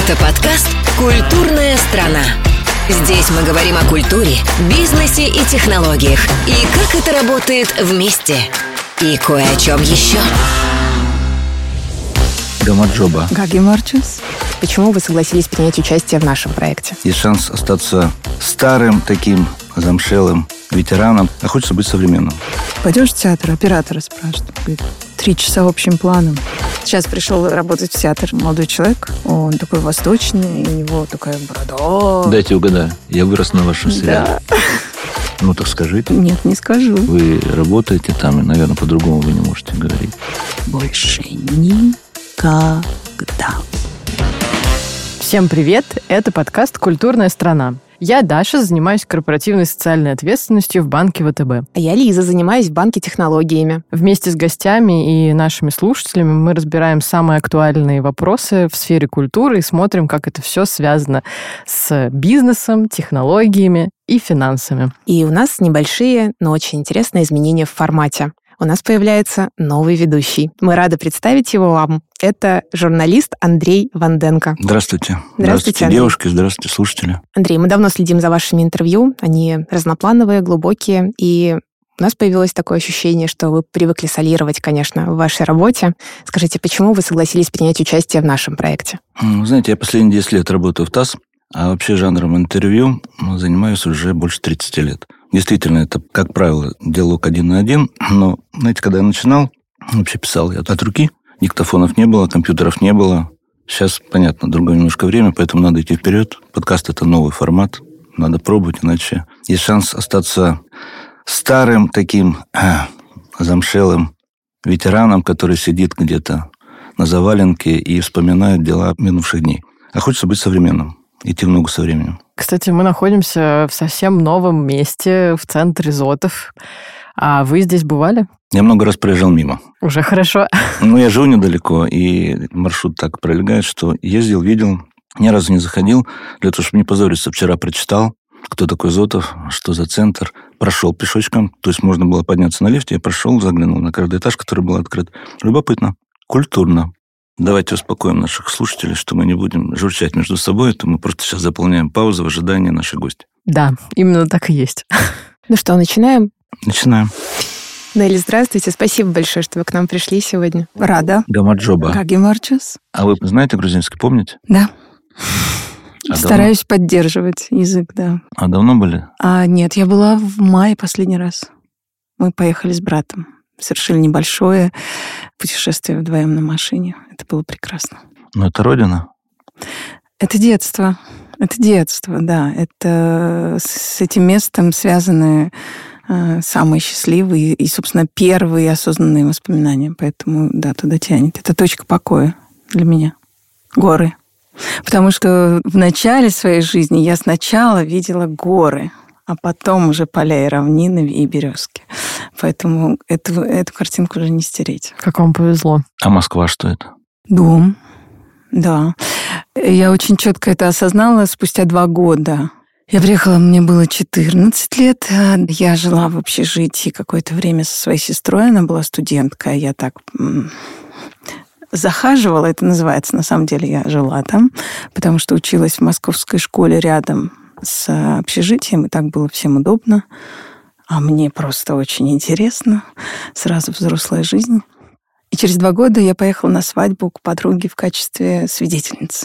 Это подкаст «Культурная страна». Здесь мы говорим о культуре, бизнесе и технологиях, и как это работает вместе. И кое о чем еще. Гамаджоба. Гаги Марчус. Почему вы согласились принять участие в нашем проекте? Есть шанс остаться старым таким замшелым ветераном, а хочется быть современным. Пойдешь в театр, оператора спрашивают. Говорит, 3 часа общим планом. Сейчас пришел работать в театр молодой человек. Он такой восточный, и у него такая борода. Дайте угадаю. Я вырос на вашем сериале. Да. Ну так скажите. Нет, не скажу. Вы работаете там, и, наверное, по-другому вы не можете говорить. Больше никогда. Всем привет! Это подкаст «Культурная страна». Я Даша, занимаюсь корпоративной социальной ответственностью в банке ВТБ. А я Лиза, занимаюсь в банке технологиями. Вместе с гостями и нашими слушателями мы разбираем самые актуальные вопросы в сфере культуры и смотрим, как это все связано с бизнесом, технологиями и финансами. И у нас небольшие, но очень интересные изменения в формате. У нас появляется новый ведущий. Мы рады представить его вам. Это журналист Андрей Ванденко. Здравствуйте. Здравствуйте, Андрей. Девушки, здравствуйте, слушатели. Андрей, мы давно следим за вашими интервью. Они разноплановые, глубокие. И у нас появилось такое ощущение, что вы привыкли солировать, конечно, в вашей работе. Скажите, почему вы согласились принять участие в нашем проекте? Знаете, я последние 10 лет работаю в ТАСС, а вообще жанром интервью занимаюсь уже больше 30 лет. Действительно, это, как правило, диалог 1 на 1. Но, знаете, когда я начинал, вообще писал я от руки. Диктофонов не было, компьютеров не было. Сейчас, понятно, другое немножко время, поэтому надо идти вперед. Подкаст – это новый формат. Надо пробовать, иначе есть шанс остаться старым таким замшелым ветераном, который сидит где-то на заваленке и вспоминает дела минувших дней. А хочется быть современным, идти в ногу со временем. Кстати, мы находимся в совсем новом месте, в центре Зотов. А вы здесь бывали? Я много раз проезжал мимо. Уже хорошо. Ну, я живу недалеко, и маршрут так пролегает, что ездил, видел, ни разу не заходил. Для того, чтобы не позориться, вчера прочитал, кто такой Зотов, что за центр. Прошел пешочком, то есть можно было подняться на лифте. Я прошел, заглянул на каждый этаж, который был открыт. Любопытно, культурно. Давайте успокоим наших слушателей, что мы не будем журчать между собой, то мы просто сейчас заполняем паузу в ожидании нашей гости. Да, именно так и есть. Ну что, начинаем? Начинаем. Нелли, здравствуйте. Спасибо большое, что вы к нам пришли сегодня. Рада. Гамаджоба. Гаги Марчус. А вы знаете грузинский, помните? Да. А Стараюсь поддерживать язык, да. А давно были? Нет, я была в мае последний раз. Мы поехали с братом. Совершили небольшое путешествие вдвоем на машине. Это было прекрасно. Ну, это родина? Это детство. Это детство, да. Это с этим местом связаны самые счастливые и, собственно, первые осознанные воспоминания. Поэтому, да, туда тянет. Это точка покоя для меня. Горы. Потому что в начале своей жизни я сначала видела горы, а потом уже поля и равнины и березки. Поэтому эту картинку уже не стереть. Как вам повезло. А Москва что это? Дом. Да. Я очень четко это осознала спустя 2 года. Я приехала, мне было 14 лет. Я жила в общежитии какое-то время со своей сестрой. Она была студентка. Я так захаживала, это называется. На самом деле я жила там, потому что училась в московской школе рядом с общежитием, и так было всем удобно. А мне просто очень интересно. Сразу взрослая жизнь. И через 2 года я поехала на свадьбу к подруге в качестве свидетельницы.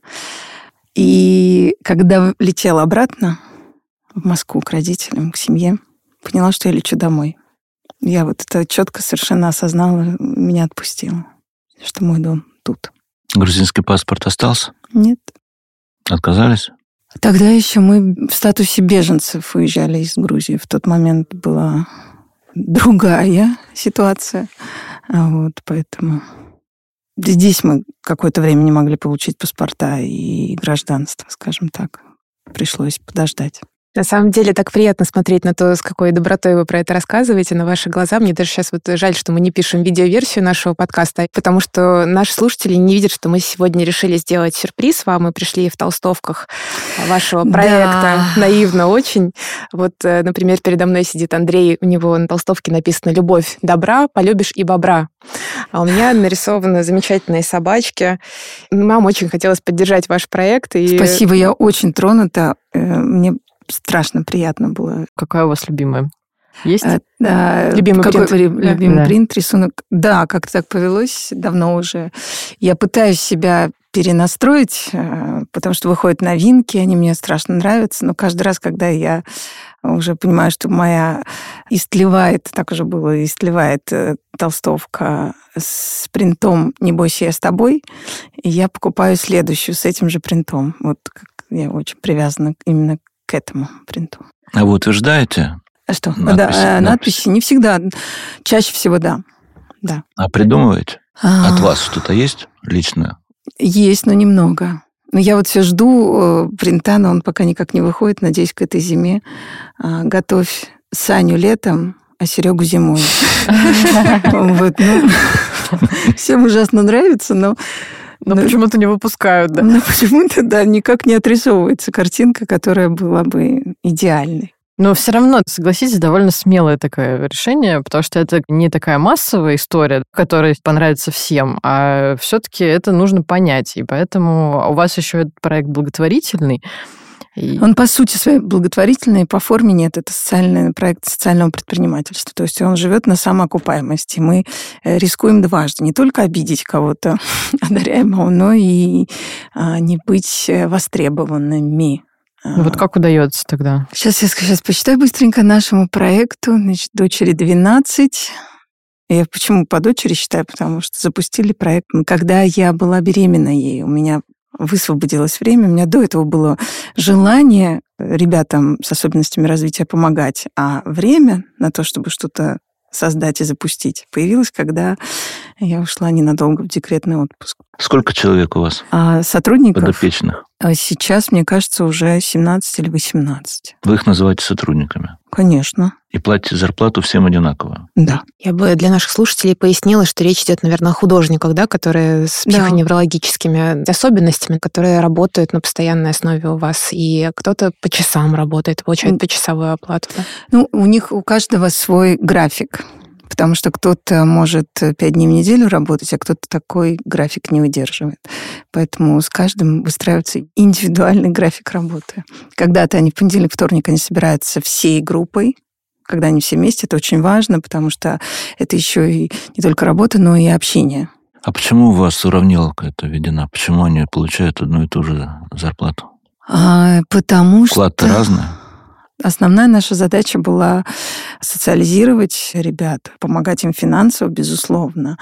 И когда летела обратно в Москву к родителям, к семье, поняла, что я лечу домой. Я вот это четко совершенно осознала, меня отпустило, что мой дом тут. Грузинский паспорт остался? Нет. Отказались? Тогда еще мы в статусе беженцев уезжали из Грузии. В тот момент была другая ситуация. Поэтому здесь мы какое-то время не могли получить паспорта и гражданство, скажем так. Пришлось подождать. На самом деле так приятно смотреть на то, с какой добротой вы про это рассказываете, на ваши глаза. Мне даже сейчас жаль, что мы не пишем видеоверсию нашего подкаста, потому что наши слушатели не видят, что мы сегодня решили сделать сюрприз вам. Мы пришли в толстовках вашего проекта. Да. Наивно очень. Например, передо мной сидит Андрей, у него на толстовке написано «Любовь добра, полюбишь и бобра». А у меня нарисованы замечательные собачки. Нам очень хотелось поддержать ваш проект. Спасибо, я очень тронута. Мне страшно приятно было. Какая у вас любимая? Есть? Любимый принт. Любимый принт, рисунок. Да, как-то так повелось давно уже. Я пытаюсь себя перенастроить, потому что выходят новинки, они мне страшно нравятся, но каждый раз, когда я уже понимаю, что моя истлевает, так уже было, истлевает толстовка с принтом «Не бойся, я с тобой», и я покупаю следующую с этим же принтом. Вот я очень привязана именно к этому принту. А вы утверждаете? А что? Надписи? Надписи не всегда. Чаще всего да. А придумываете? От вас что-то есть личное? Есть, но немного. Но я вот все жду принта, но он пока никак не выходит. Надеюсь, к этой зиме. Готовь Саню летом, а Серегу зимой. Всем ужасно нравится, но... Но почему-то не выпускают, да? Но почему-то, да, никак не отрисовывается картинка, которая была бы идеальной. Но все равно, согласитесь, довольно смелое такое решение, потому что это не такая массовая история, которая понравится всем, а все-таки это нужно понять. И поэтому у вас еще этот проект благотворительный. Он, по сути своей, благотворительный, по форме нет. Это социальный проект социального предпринимательства. То есть он живет на самоокупаемости. Мы рискуем дважды. Не только обидеть кого-то одаряемого, но и не быть востребованными. Вот как удается тогда? Сейчас посчитаю быстренько нашему проекту. Значит, дочери 12. Я почему по дочери считаю? Потому что запустили проект, когда я была беременна ей. У меня высвободилось время. У меня до этого было желание ребятам с особенностями развития помогать, а время на то, чтобы что-то создать и запустить, появилось, когда я ушла ненадолго в декретный отпуск. Сколько человек у вас? Сотрудников? Подопечных? Сейчас, мне кажется, уже 17 или 18. Вы их называете сотрудниками? Конечно. И платите зарплату всем одинаково? Да. Я бы для наших слушателей пояснила, что речь идет, наверное, о художниках, да, которые с психоневрологическими особенностями, которые работают на постоянной основе у вас, и кто-то по часам работает, получает почасовую оплату. Да? Ну, у них у каждого свой график. Потому что кто-то может 5 дней в неделю работать, а кто-то такой график не выдерживает. Поэтому с каждым выстраивается индивидуальный график работы. Когда-то они в понедельник, вторник, они собираются всей группой. Когда они все вместе, это очень важно, потому что это еще и не только работа, но и общение. А почему у вас уравниловка эта введена? Почему они получают одну и ту же зарплату? Потому что... Вклад-то разный. Основная наша задача была социализировать ребят, помогать им финансово, безусловно.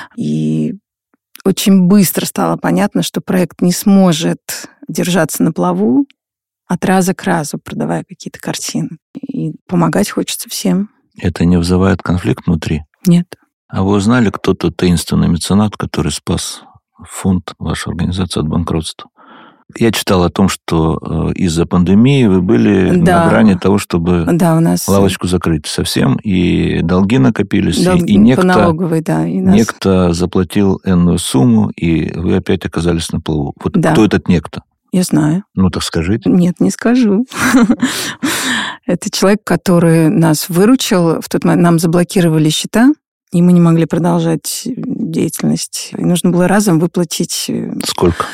И очень быстро стало понятно, что проект не сможет держаться на плаву от раза к разу, продавая какие-то картины. И помогать хочется всем. Это не вызывает конфликт внутри? Нет. А вы узнали, кто тот таинственный меценат, который спас фонд вашей организации от банкротства? Я читал о том, что из-за пандемии вы были на грани того, чтобы у нас лавочку закрыть совсем, и долги накопились, долги и некто, по налоговой, да, и нас... некто заплатил энную сумму, и вы опять оказались на плаву. Вот кто этот некто? Я знаю. Ну, так скажите. Нет, не скажу. Это человек, который нас выручил. В тот момент нам заблокировали счета, и мы не могли продолжать деятельность. И нужно было разом выплатить... Сколько?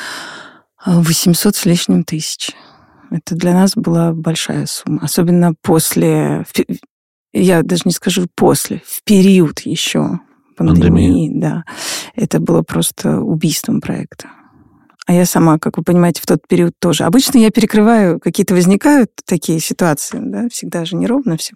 800 с лишним тысяч. Это для нас была большая сумма. Особенно после... Я даже не скажу после. В период еще пандемии. Да. Это было просто убийством проекта. А я сама, как вы понимаете, в тот период тоже. Обычно я перекрываю, какие-то возникают такие ситуации. Да? Всегда же неровно все.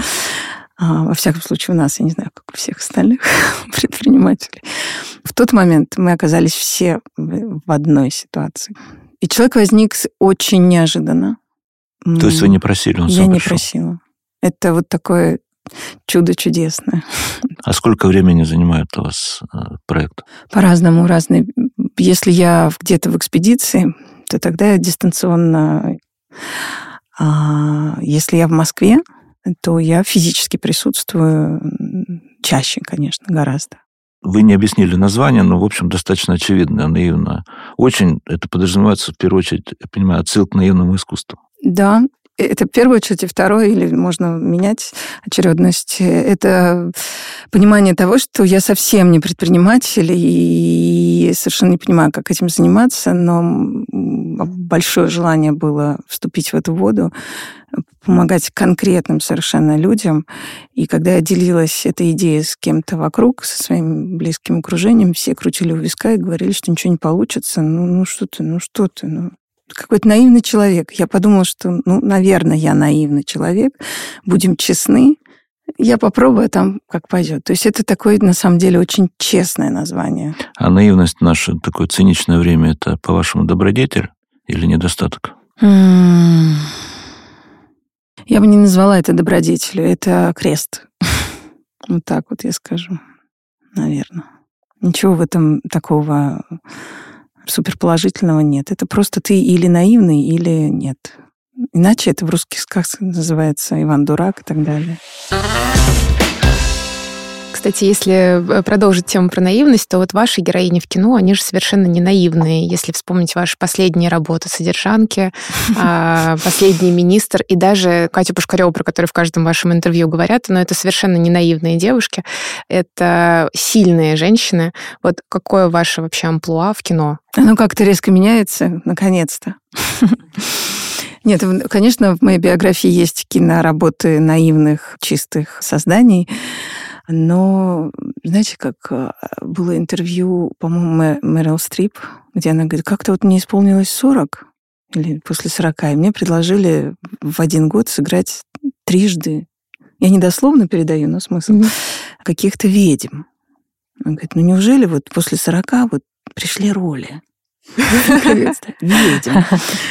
Во всяком случае, у нас, я не знаю, как у всех остальных предпринимателей. В тот момент мы оказались все в одной ситуации. И человек возник очень неожиданно. То есть вы не просили, он сам пришел? Я не пришел? просила. Это вот такое чудо чудесное. А сколько времени занимает у вас проект? По-разному, разные. Если я где-то в экспедиции, то тогда я дистанционно. Если я в Москве, то я физически присутствую чаще, конечно, гораздо. Вы не объяснили название, но, в общем, достаточно очевидно, наивно. Очень это подразумевается, в первую очередь, я понимаю, отсылка к наивному искусству. Да, Это в первую очередь, и второе, или можно менять очередность, это понимание того, что я совсем не предприниматель и совершенно не понимаю, как этим заниматься, но большое желание было вступить в эту воду, помогать конкретным совершенно людям. И когда я делилась этой идеей с кем-то вокруг, со своим близким окружением, все крутили у виска и говорили, что ничего не получится. Ну что ты. Какой-то наивный человек. Я подумала, что, наверное, я наивный человек. Будем честны. Я попробую, там как пойдет. То есть это такое, на самом деле, очень честное название. А наивность в наше такое циничное время, это, по-вашему, добродетель или недостаток? Я бы не назвала это добродетелью. Это крест. Вот так вот я скажу. Наверное. Ничего в этом такого суперположительного нет. Это просто ты или наивный, или нет. Иначе это в русских сказках называется Иван Дурак и так далее. Кстати, если продолжить тему про наивность, то вот ваши героини в кино, они же совершенно не наивные. Если вспомнить ваши последние работы «Содержанки», «Последний министр» и даже Катю Пушкареву, про которую в каждом вашем интервью говорят, но это совершенно не наивные девушки, это сильные женщины. Вот какое ваше вообще амплуа в кино? Оно как-то резко меняется, наконец-то. Нет, конечно, в моей биографии есть киноработы наивных, чистых созданий, но, знаете, как было интервью, по-моему, Мэрил Стрип, где она говорит, как-то вот мне исполнилось 40 или после 40, и мне предложили в один год сыграть трижды, я не дословно передаю, но смысл, каких-то ведьм. Она говорит, неужели вот после 40 вот пришли роли? Ведьм.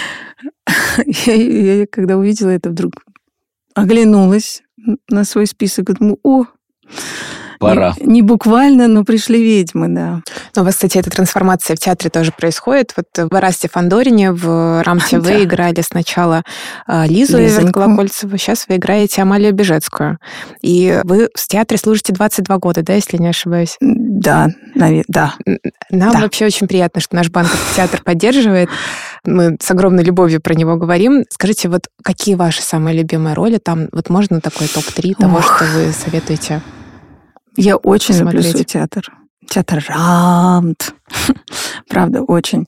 Я когда увидела это, вдруг оглянулась на свой список и думаю, Пора. Не буквально, но пришли ведьмы, да. Но у вас, кстати, эта трансформация в театре тоже происходит. Вот в «Эрасте Фандорине» в РАМ-ТВ вы играли сначала Лизу Эверт-Колокольцеву, сейчас вы играете Амалию Бежецкую. И вы в театре служите 22 года, да, если не ошибаюсь? Да, да. Нам вообще очень приятно, что наш банковский театр поддерживает. Мы с огромной любовью про него говорим. Скажите, вот какие ваши самые любимые роли? Там вот можно такой топ-3 того, что вы советуете? Я очень люблю свой театр. Театр РАМТ. Правда, очень.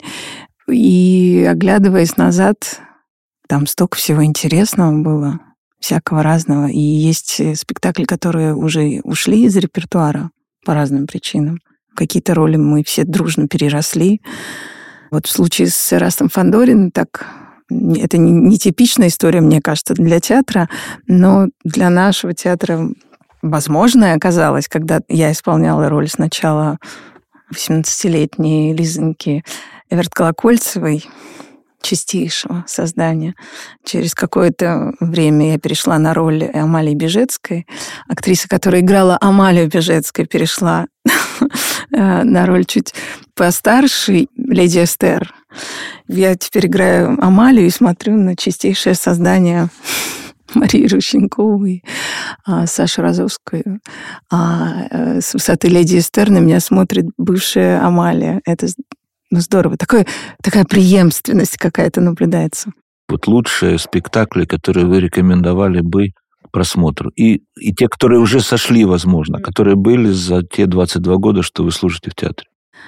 И оглядываясь назад, там столько всего интересного было, всякого разного. И есть спектакли, которые уже ушли из репертуара по разным причинам. Какие-то роли мы все дружно переросли. Вот в случае с Эрастом Фандориным так... Это не типичная история, мне кажется, для театра, но для нашего театра возможное оказалось, когда я исполняла роль сначала 18-летней Лизоньки Эверт-Колокольцевой, чистейшего создания. Через какое-то время я перешла на роль Амалии Бежецкой. Актриса, которая играла Амалию Бежецкой, перешла на роль чуть постарше, леди Эстер. Я теперь играю Амалию и смотрю на чистейшее создание Марии Рущенковой, Сашу Розовскую. А с высоты леди Эстер на меня смотрит бывшая Амалия. Это здорово. Такая преемственность какая-то наблюдается. Вот лучшие спектакли, которые вы рекомендовали бы к просмотру. И те, которые уже сошли, возможно, которые были за те 22 года, что вы служите в театре.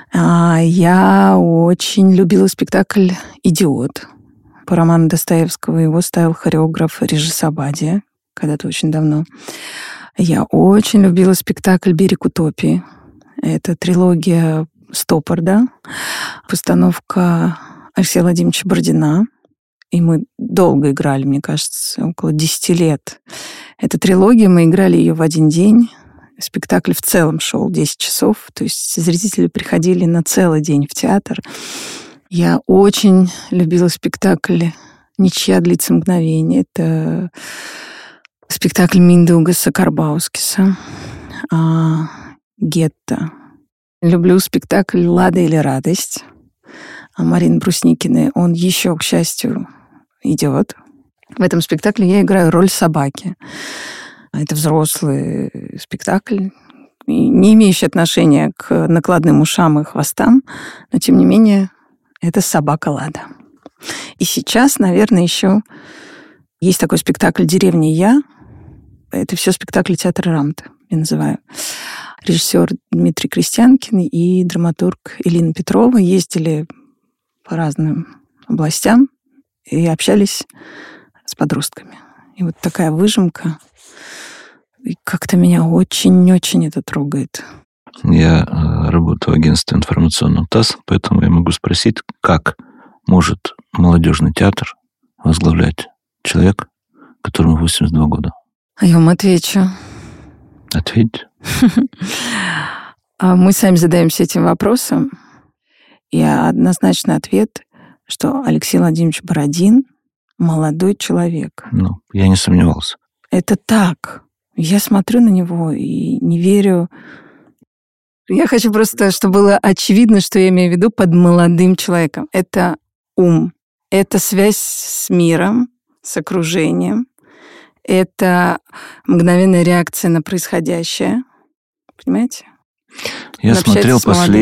Я очень любила спектакль «Идиот» по роману Достоевского. Его ставил хореограф Режи Сабадия когда-то очень давно. Я очень любила спектакль «Берег утопии». Это трилогия Стоппарда, постановка Алексея Владимировича Бородина. И мы долго играли, мне кажется, около 10 лет. Эта трилогия, мы играли ее в один день. Спектакль в целом шел 10 часов, то есть зрители приходили на целый день в театр. Я очень любила спектакль «Ничья длится мгновение». Это спектакль Миндаугаса Карбаускиса, «Гетто». Люблю спектакль «Лада или радость» Марины Брусникиной. Он еще, к счастью, идет. В этом спектакле я играю роль собаки. Это взрослый спектакль, не имеющий отношения к накладным ушам и хвостам, но, тем не менее, это собака Лада. И сейчас, наверное, еще Есть такой спектакль «Деревня и я». Это все спектакли театра Рамта, я называю. Режиссер Дмитрий Крестьянкин и драматург Элина Петрова ездили по разным областям и общались с подростками. И вот такая выжимка. И как-то меня очень-очень это трогает. Я работаю в агентстве информационного ТАСС, поэтому я могу спросить, как может молодежный театр возглавлять человек, которому 82 года? А я вам отвечу. Ответьте. Мы сами задаемся этим вопросом. И однозначный ответ, что Алексей Владимирович Бородин молодой человек. Ну, я не сомневался. Это так. Я смотрю на него и не верю. Я хочу просто, чтобы было очевидно, что я имею в виду под молодым человеком. Это ум, это связь с миром, с окружением, это мгновенная реакция на происходящее. Понимаете? Я смотрел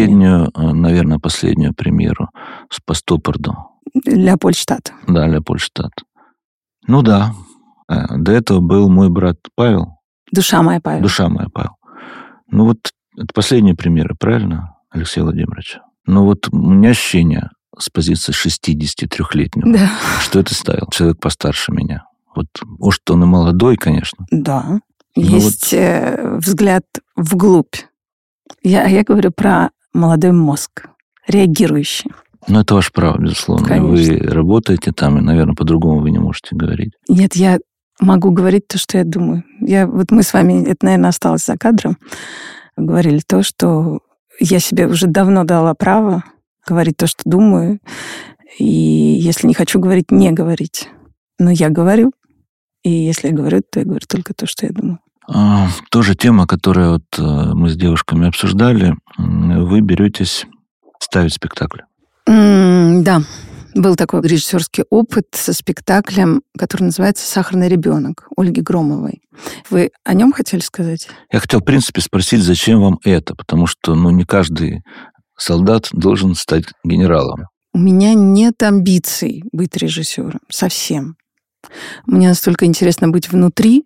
последнюю премьеру по Стоппарду. Леопольдштадт. Да, Леопольдштадт. Ну да. До этого был мой брат Павел. «Душа моя, Павел». «Душа моя, Павел». Ну вот это последняя премьера, правильно, Алексей Владимирович? Ну вот у меня ощущение с позиции 63-летнего, да, что это ставил человек постарше меня. Вот, может, он и молодой, конечно. Да. Есть взгляд вглубь. Я говорю про молодой мозг, реагирующий. Ну, это ваше право, безусловно. Конечно. Вы работаете там, и, наверное, по-другому вы не можете говорить. Нет, я могу говорить то, что я думаю. Вот мы с вами, это, наверное, осталось за кадром, говорили то, что я себе уже давно дала право говорить то, что думаю. И если не хочу говорить, не говорить. Но я говорю. И если я говорю, то я говорю только то, что я думаю. Тоже тема, которую вот мы с девушками обсуждали. Вы беретесь ставить спектакль. Да, был такой режиссерский опыт со спектаклем, который называется «Сахарный ребенок» Ольги Громовой. Вы о нем хотели сказать? Я хотел, в принципе, спросить, зачем вам это? Потому что, не каждый солдат должен стать генералом. У меня нет амбиций быть режиссером. Совсем. Мне настолько интересно быть внутри,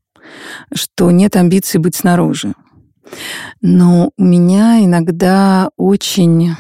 что нет амбиций быть снаружи. Но у меня иногда очень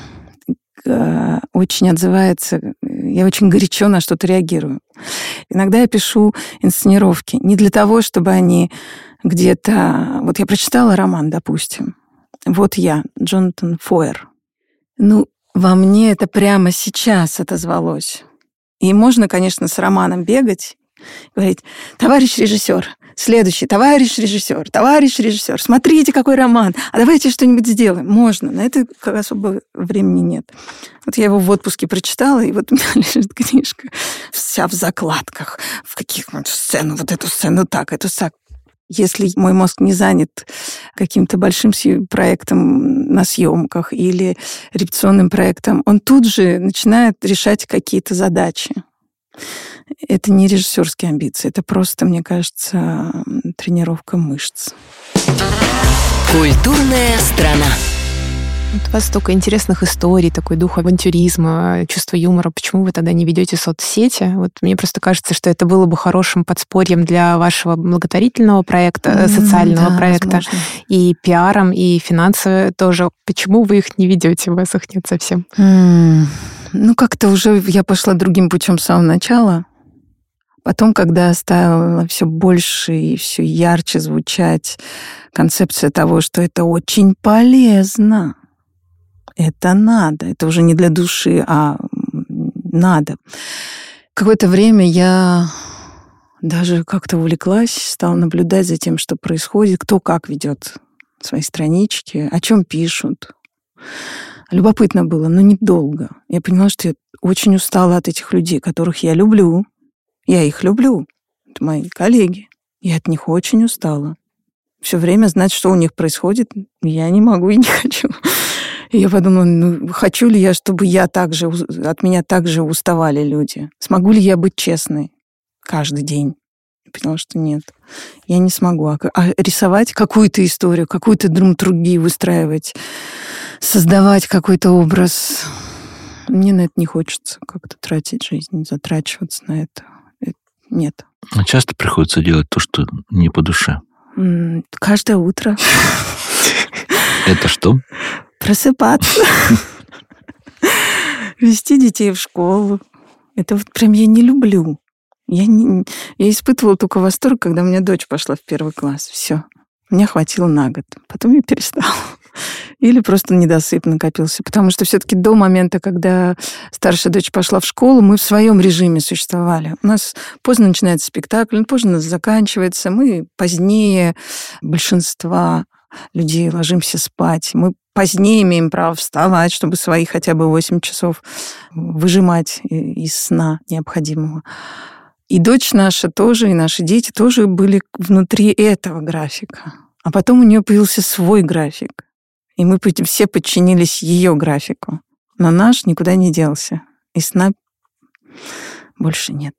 отзывается, я очень горячо на что-то реагирую. Иногда я пишу инсценировки не для того, чтобы они где-то... Вот я прочитала роман, допустим. «Вот я», Джонатан Фойер. Во мне это прямо сейчас отозвалось. И можно, конечно, с романом бегать, говорить: товарищ режиссер, следующий, товарищ режиссер, смотрите, какой роман, а давайте что-нибудь сделаем. Можно, на это особо времени нет. Вот я его в отпуске прочитала, и вот у меня лежит книжка вся в закладках, в каких-нибудь сцену, вот эту сцену так, эту так. Если мой мозг не занят каким-то большим проектом на съемках или репетиционным проектом, он тут же начинает решать какие-то задачи. Это не режиссерские амбиции, это просто, мне кажется, тренировка мышц. Культурная страна. Вот у вас столько интересных историй, такой дух авантюризма, чувство юмора. Почему вы тогда не ведете соцсети? Вот мне просто кажется, что это было бы хорошим подспорьем для вашего благотворительного проекта, социального проекта, возможно. И пиаром, и финансово тоже. Почему вы их не ведете? У вас их нет совсем. Как-то уже я пошла другим путем с самого начала. Потом, когда стала все больше и все ярче звучать концепция того, что это очень полезно, это надо, это уже не для души, а надо. Какое-то время я даже как-то увлеклась, стала наблюдать за тем, что происходит, кто как ведет свои странички, о чем пишут. Любопытно было, но недолго. Я поняла, что я очень устала от этих людей, которых я люблю. Я их люблю. Это мои коллеги. Я от них очень устала. Все время знать, что у них происходит, я не могу и не хочу. И я подумала, хочу ли я, чтобы от меня также уставали люди? Смогу ли я быть честной каждый день? Я поняла, что нет. Я не смогу. А рисовать какую-то историю, какую-то драматургию выстраивать, создавать какой-то образ. Мне на это не хочется как-то тратить жизнь, затрачиваться на это. Нет. Часто приходится делать то, что не по душе. Каждое утро. Это что? Просыпаться. Вести детей в школу. Это вот прям я не люблю. Я испытывала только восторг, когда у меня дочь пошла в 1 класс. Все. Мне хватило на год. Потом я перестала. Или просто недосып накопился. Потому что все-таки до момента, когда старшая дочь пошла в школу, мы в своем режиме существовали. У нас поздно начинается спектакль, он поздно заканчивается. Мы позднее большинства людей ложимся спать. Мы позднее имеем право вставать, чтобы свои хотя бы 8 часов выжимать из сна необходимого. И дочь наша тоже, и наши дети тоже были внутри этого графика. А потом у нее появился свой график. И мы все подчинились ее графику. Но наш никуда не делся. И сна больше нет.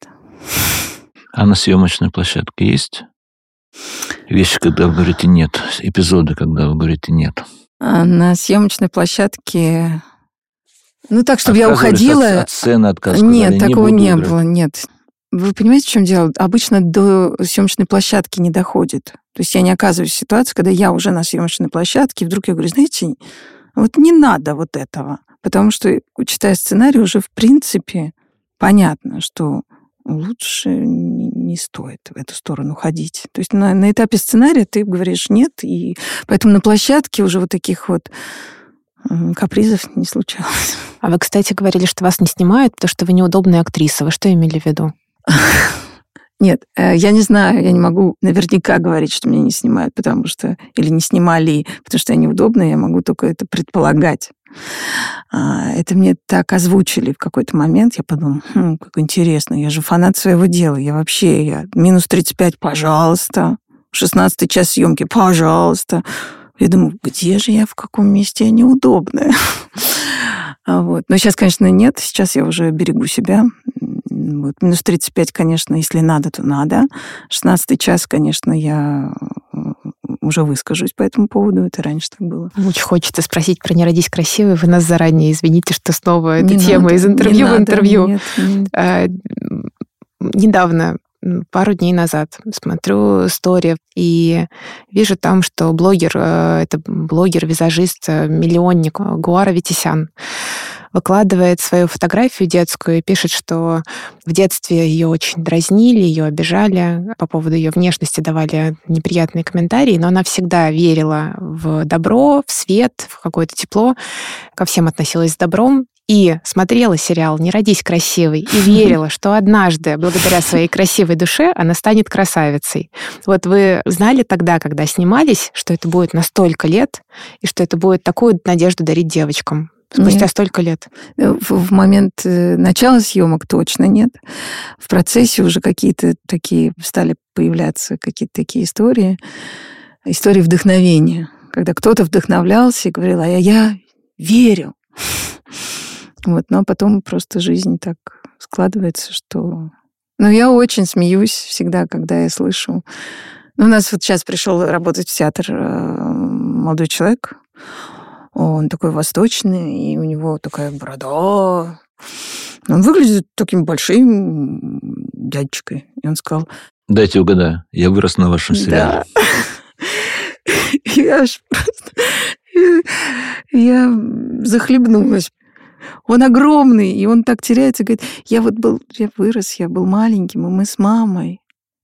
А на съемочной площадке есть вещи, когда вы говорите «нет», эпизоды, когда вы говорите «нет»? А на съемочной площадке... так, чтобы я уходила... От сцены отказывались? Нет, такого не было, нет. Вы понимаете, в чем дело? Обычно до съемочной площадки не доходит. То есть я не оказываюсь в ситуации, когда я уже на съемочной площадке, и вдруг я говорю, знаете, вот не надо вот этого. Потому что, читая сценарий, уже в принципе понятно, что лучше не стоит в эту сторону ходить. То есть на этапе сценария ты говоришь нет, и поэтому на площадке уже вот таких вот капризов не случалось. А вы, кстати, говорили, что вас не снимают, потому что вы неудобная актриса. Вы что имели в виду? Нет, я не знаю, я не могу наверняка говорить, что меня не снимают, потому что... Или не снимали, потому что я неудобная, я могу только это предполагать. Это мне так озвучили в какой-то момент. Я подумала, как интересно, я же фанат своего дела. Я минус 35, пожалуйста. 16-й час съемки, пожалуйста. Я думаю, где же я, в каком месте я неудобная? Вот. Но сейчас, конечно, нет. Сейчас я уже берегу себя. Вот. Минус 35, конечно, если надо, то надо. 16-й час, конечно, я уже выскажусь по этому поводу. Это раньше так было. Очень хочется спросить про «Не родись красивой». Вы нас заранее извините, что снова эта тема из интервью в интервью. Нет. Недавно, пару дней назад, смотрю стори и вижу там, что это блогер-визажист, миллионник Гуара Ветисян выкладывает свою фотографию детскую и пишет, что в детстве ее очень дразнили, ее обижали, по поводу ее внешности давали неприятные комментарии, но она всегда верила в добро, в свет, в какое-то тепло, ко всем относилась с добром и смотрела сериал «Не родись красивой» и верила, что однажды, благодаря своей красивой душе, она станет красавицей. Вот вы знали тогда, когда снимались, что это будет на столько лет, и что это будет такую надежду дарить девочкам? Спустя столько лет. В момент начала съемок точно нет. В процессе уже какие-то такие стали появляться какие-то такие истории. Истории вдохновения. Когда кто-то вдохновлялся и говорил, а я верю. Вот, но потом просто жизнь так складывается, что... я очень смеюсь всегда, когда я слышу. У нас вот сейчас пришел работать в театр молодой человек. Он такой восточный, и у него такая борода. Он выглядит таким большим дядечкой. И он сказал... Дайте угадаю, я вырос на вашем сериале. Да. Я захлебнулась. Он огромный, и он так теряется. Говорит, я вырос, я был маленьким, и мы с мамой.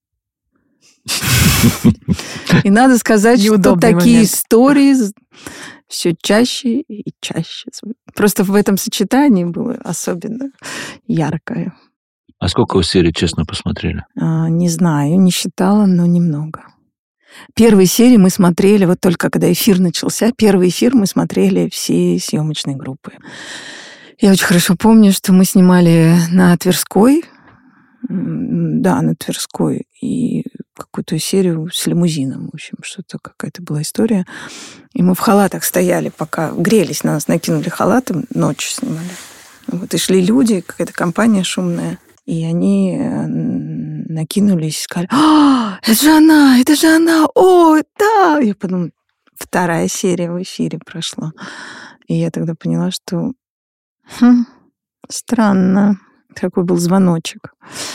И надо сказать, что такие истории все чаще и чаще. Просто в этом сочетании было особенно яркое. А сколько вы серий, честно, посмотрели? Не знаю, не считала, но немного. Первые серии мы смотрели, вот только когда эфир начался, первый эфир мы смотрели всей съемочной группы. Я очень хорошо помню, что мы снимали на Тверской. Да, на Тверской. И какую-то серию с лимузином. В общем, что-то какая-то была история. И мы в халатах стояли, пока грелись, на нас накинули халаты, ночью снимали. Вот, и шли люди, какая-то компания шумная. И они накинулись и сказали, это же она, о, да! Я подумала, вторая серия в эфире прошла. И я тогда поняла, что странно. Такой был звоночек.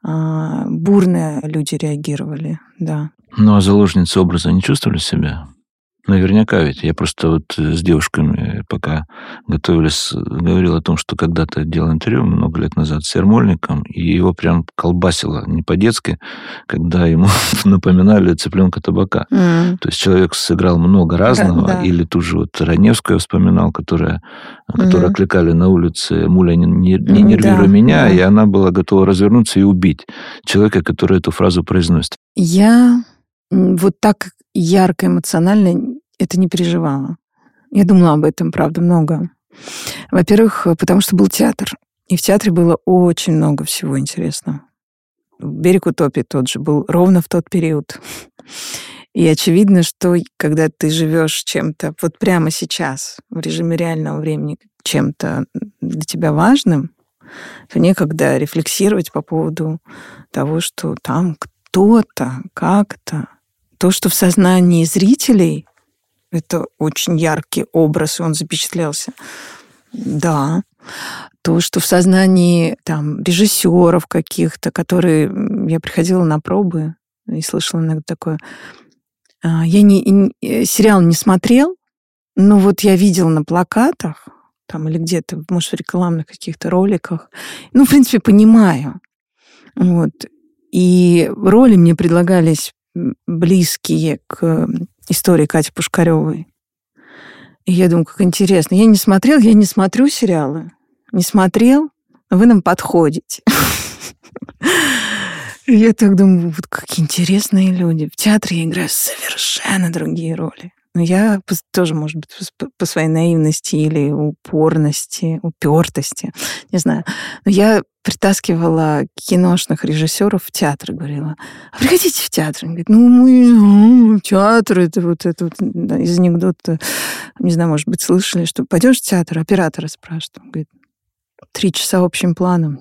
бурно люди реагировали, да. Ну, а заложницы образа не чувствовали себя? Наверняка ведь. Я просто вот с девушками, пока готовились, говорил о том, что когда-то делал интервью много лет назад с Ермольником, и его прям колбасило не по-детски, когда ему напоминали цыпленка табака. То есть человек сыграл много разного, Да. или ту же вот Раневскую я вспоминал, которую окликали на улице: «Муля, не нервируй меня», и она была готова развернуться и убить человека, который эту фразу произносит. Я вот так ярко эмоционально это не переживала. Я думала об этом, правда, много. Во-первых, потому что был театр. И в театре было очень много всего интересного. «Берег утопии» тот же был ровно в тот период. И очевидно, что когда ты живешь чем-то вот прямо сейчас, в режиме реального времени, чем-то для тебя важным, то некогда рефлексировать по поводу того, что там кто-то, как-то. То, что в сознании зрителей, это очень яркий образ, и он запечатлелся. Да. То, что в сознании там режиссеров каких-то, которые... Я приходила на пробы и слышала иногда такое. Сериал не смотрел, но вот я видела на плакатах там, или где-то, может, в рекламных каких-то роликах. Ну, в принципе, понимаю. Вот. И роли мне предлагались близкие к истории Кати Пушкаревой. И я думаю, как интересно. Я не смотрю сериалы. Не смотрел, но вы нам подходите. Я так думаю, вот какие интересные люди. В театре я играю совершенно другие роли. Но я тоже, может быть, по своей наивности или упертости, не знаю. Но я притаскивала киношных режиссеров в театр и говорила: а приходите в театр. Он говорит: мы театр, это вот да, из анекдота, не знаю, может быть, слышали, что пойдешь в театр, оператора спрашивают. Он говорит: 3 часа общим планом.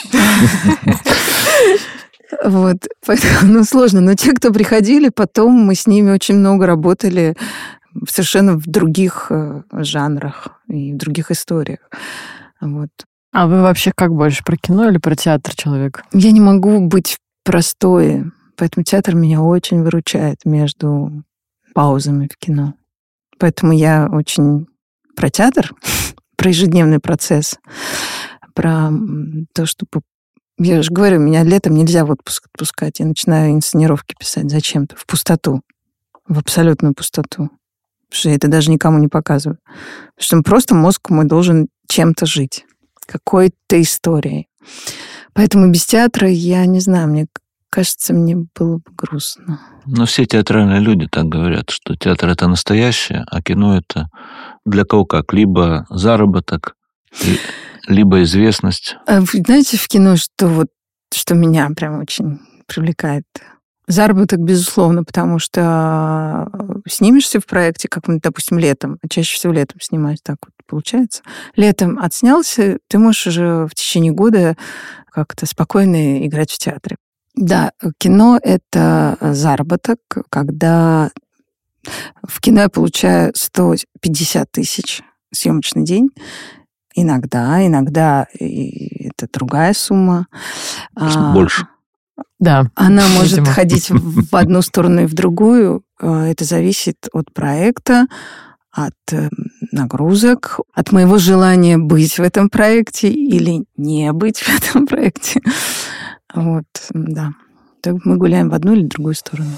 Вот, поэтому, сложно. Но те, кто приходили, потом мы с ними очень много работали совершенно в других жанрах и в других историях. Вот. А вы вообще как больше, про кино или про театр человек? Я не могу быть простой, поэтому театр меня очень выручает между паузами в кино. Поэтому я очень про театр, про ежедневный процесс, про то, что... Я же говорю, меня летом нельзя в отпуск отпускать. Я начинаю инсценировки писать зачем-то, в пустоту, в абсолютную пустоту. Потому что я это даже никому не показываю. Потому что просто мозг мой должен чем-то жить, какой-то историей. Поэтому без театра, я не знаю, мне кажется, мне было бы грустно. Но все театральные люди так говорят, что театр — это настоящее, а кино — это для кого как. Либо заработок, либо известность. Вы знаете, в кино, что меня прям очень привлекает? Заработок, безусловно, потому что снимешься в проекте, как мы, допустим, летом, а чаще всего летом снимать, так вот получается. Летом отснялся, ты можешь уже в течение года как-то спокойно играть в театре. Да, кино — это заработок, когда в кино я получаю 150 тысяч съемочный день. Иногда это другая сумма. Больше. Да. Она может ходить в одну сторону и в другую. Это зависит от проекта, от нагрузок, от моего желания быть в этом проекте или не быть в этом проекте. Вот, да. Так мы гуляем в одну или другую сторону.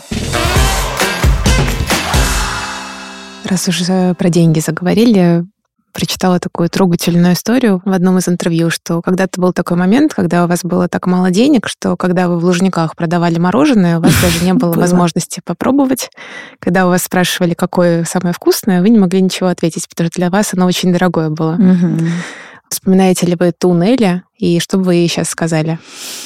Раз уже про деньги заговорили, прочитала такую трогательную историю в одном из интервью, что когда-то был такой момент, когда у вас было так мало денег, что когда вы в Лужниках продавали мороженое, у вас даже не было возможности попробовать. Когда у вас спрашивали, какое самое вкусное, вы не могли ничего ответить, потому что для вас оно очень дорогое было. Вспоминаете ли вы ту Нелли, и что бы вы ей сейчас сказали?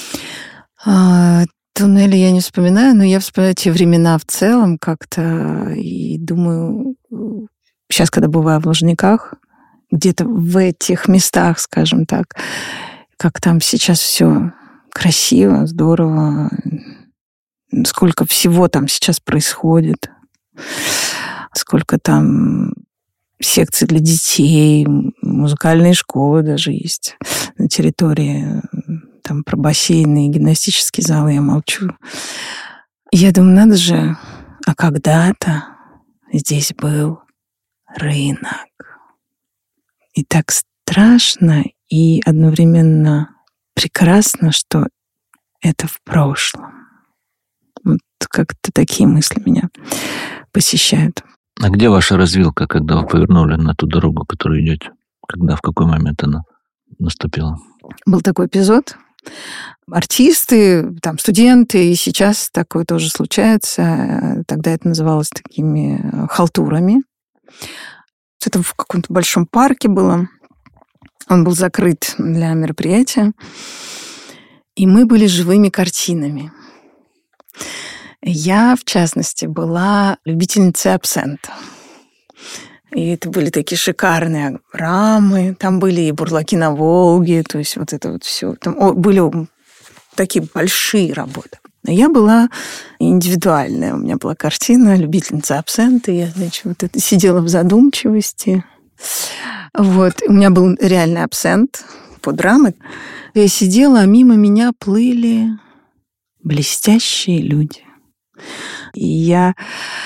Ту Нелли я не вспоминаю, но я вспоминаю те времена в целом как-то и думаю, сейчас, когда бываю в Лужниках, где-то в этих местах, скажем так, как там сейчас все красиво, здорово, сколько всего там сейчас происходит, сколько там секций для детей, музыкальные школы даже есть на территории там про бассейны и гимнастические залы я молчу. Я думаю, надо же, а когда-то здесь был рынок. И так страшно и одновременно прекрасно, что это в прошлом. Вот как-то такие мысли меня посещают. А где ваша развилка, когда вы повернули на ту дорогу, которую идете? Когда, в какой момент она наступила? Был такой эпизод. Артисты, там, студенты, и сейчас такое тоже случается. Тогда это называлось такими халтурами. Это в каком-то большом парке было. Он был закрыт для мероприятия. И мы были живыми картинами. Я, в частности, была любительницей абсента. И это были такие шикарные рамы. Там были и бурлаки на Волге. То есть вот это вот все. Там были такие большие работы. Но я была индивидуальная. У меня была картина любительница абсента. Я, значит, вот это сидела в задумчивости. Вот. У меня был реальный абсент под рамой. Я сидела, а мимо меня плыли блестящие люди. И я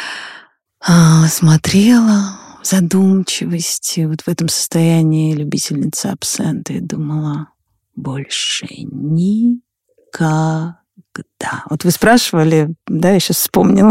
смотрела в задумчивости, вот в этом состоянии любительницы абсента, и думала, больше никогда. Вот вы спрашивали, да, я сейчас вспомнила.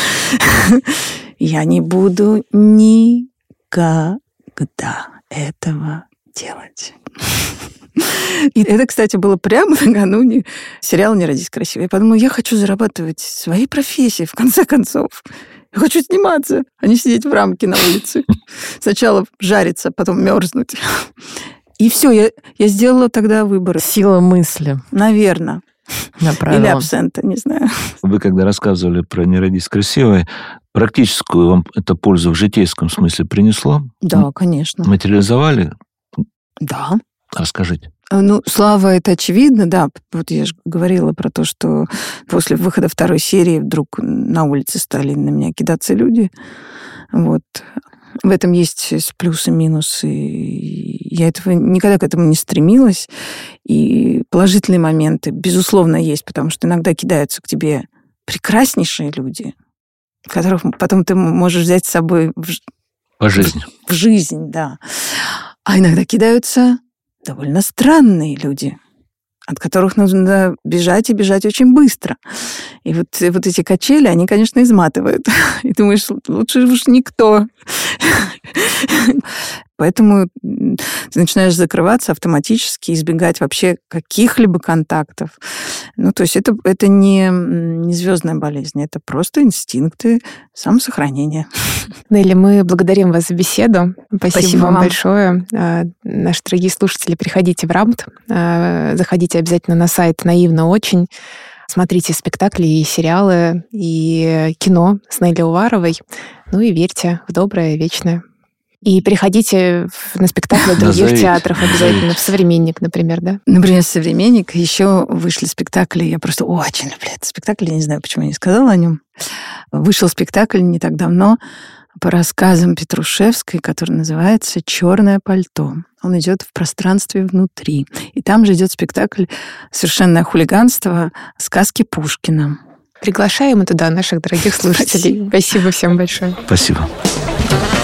Я не буду никогда этого делать. И это, кстати, было прямо накануне сериала «Не родись красивой». Я подумала, я хочу зарабатывать своей профессией, в конце концов. Я хочу сниматься, а не сидеть в рамке на улице. Сначала жариться, потом мерзнуть. И все, я сделала тогда выбор. Сила мысли. Наверное. Или абсента, не знаю. Вы когда рассказывали про «Не родись красивой», практическую вам это пользу в житейском смысле принесло? Да, конечно. Материализовали? Да. Расскажите. Ну, слава, это очевидно, да. Вот я же говорила про то, что после выхода второй серии вдруг на улице стали на меня кидаться люди. Вот. В этом есть плюсы и минусы. Я никогда к этому не стремилась. И положительные моменты, безусловно, есть, потому что иногда кидаются к тебе прекраснейшие люди, которых потом ты можешь взять с собой по жизни. В жизнь, да. А иногда кидаются довольно странные люди, от которых нужно бежать и бежать очень быстро. И вот эти качели, они, конечно, изматывают. И думаешь, лучше уж никто. Поэтому ты начинаешь закрываться автоматически, избегать вообще каких-либо контактов. Ну, то есть это не звездная болезнь, это просто инстинкты самосохранения. Нелли, мы благодарим вас за беседу. Спасибо вам большое. Наши дорогие слушатели, приходите в РАМТ, заходите обязательно на сайт «Наивно очень», смотрите спектакли и сериалы, и кино с Нелли Уваровой. Ну и верьте в доброе, вечное. И приходите на спектакли других театров обязательно. В «Современник», например, да? Например, «Современник». Еще вышли спектакли. Я просто очень люблю этот спектакль. Я не знаю, почему я не сказала о нем. Вышел спектакль не так давно по рассказам Петрушевской, который называется «Черное пальто». Он идет в пространстве внутри. И там же идет спектакль «Совершенное хулиганство» сказки Пушкина. Приглашаем туда наших дорогих слушателей. Спасибо всем большое. Спасибо.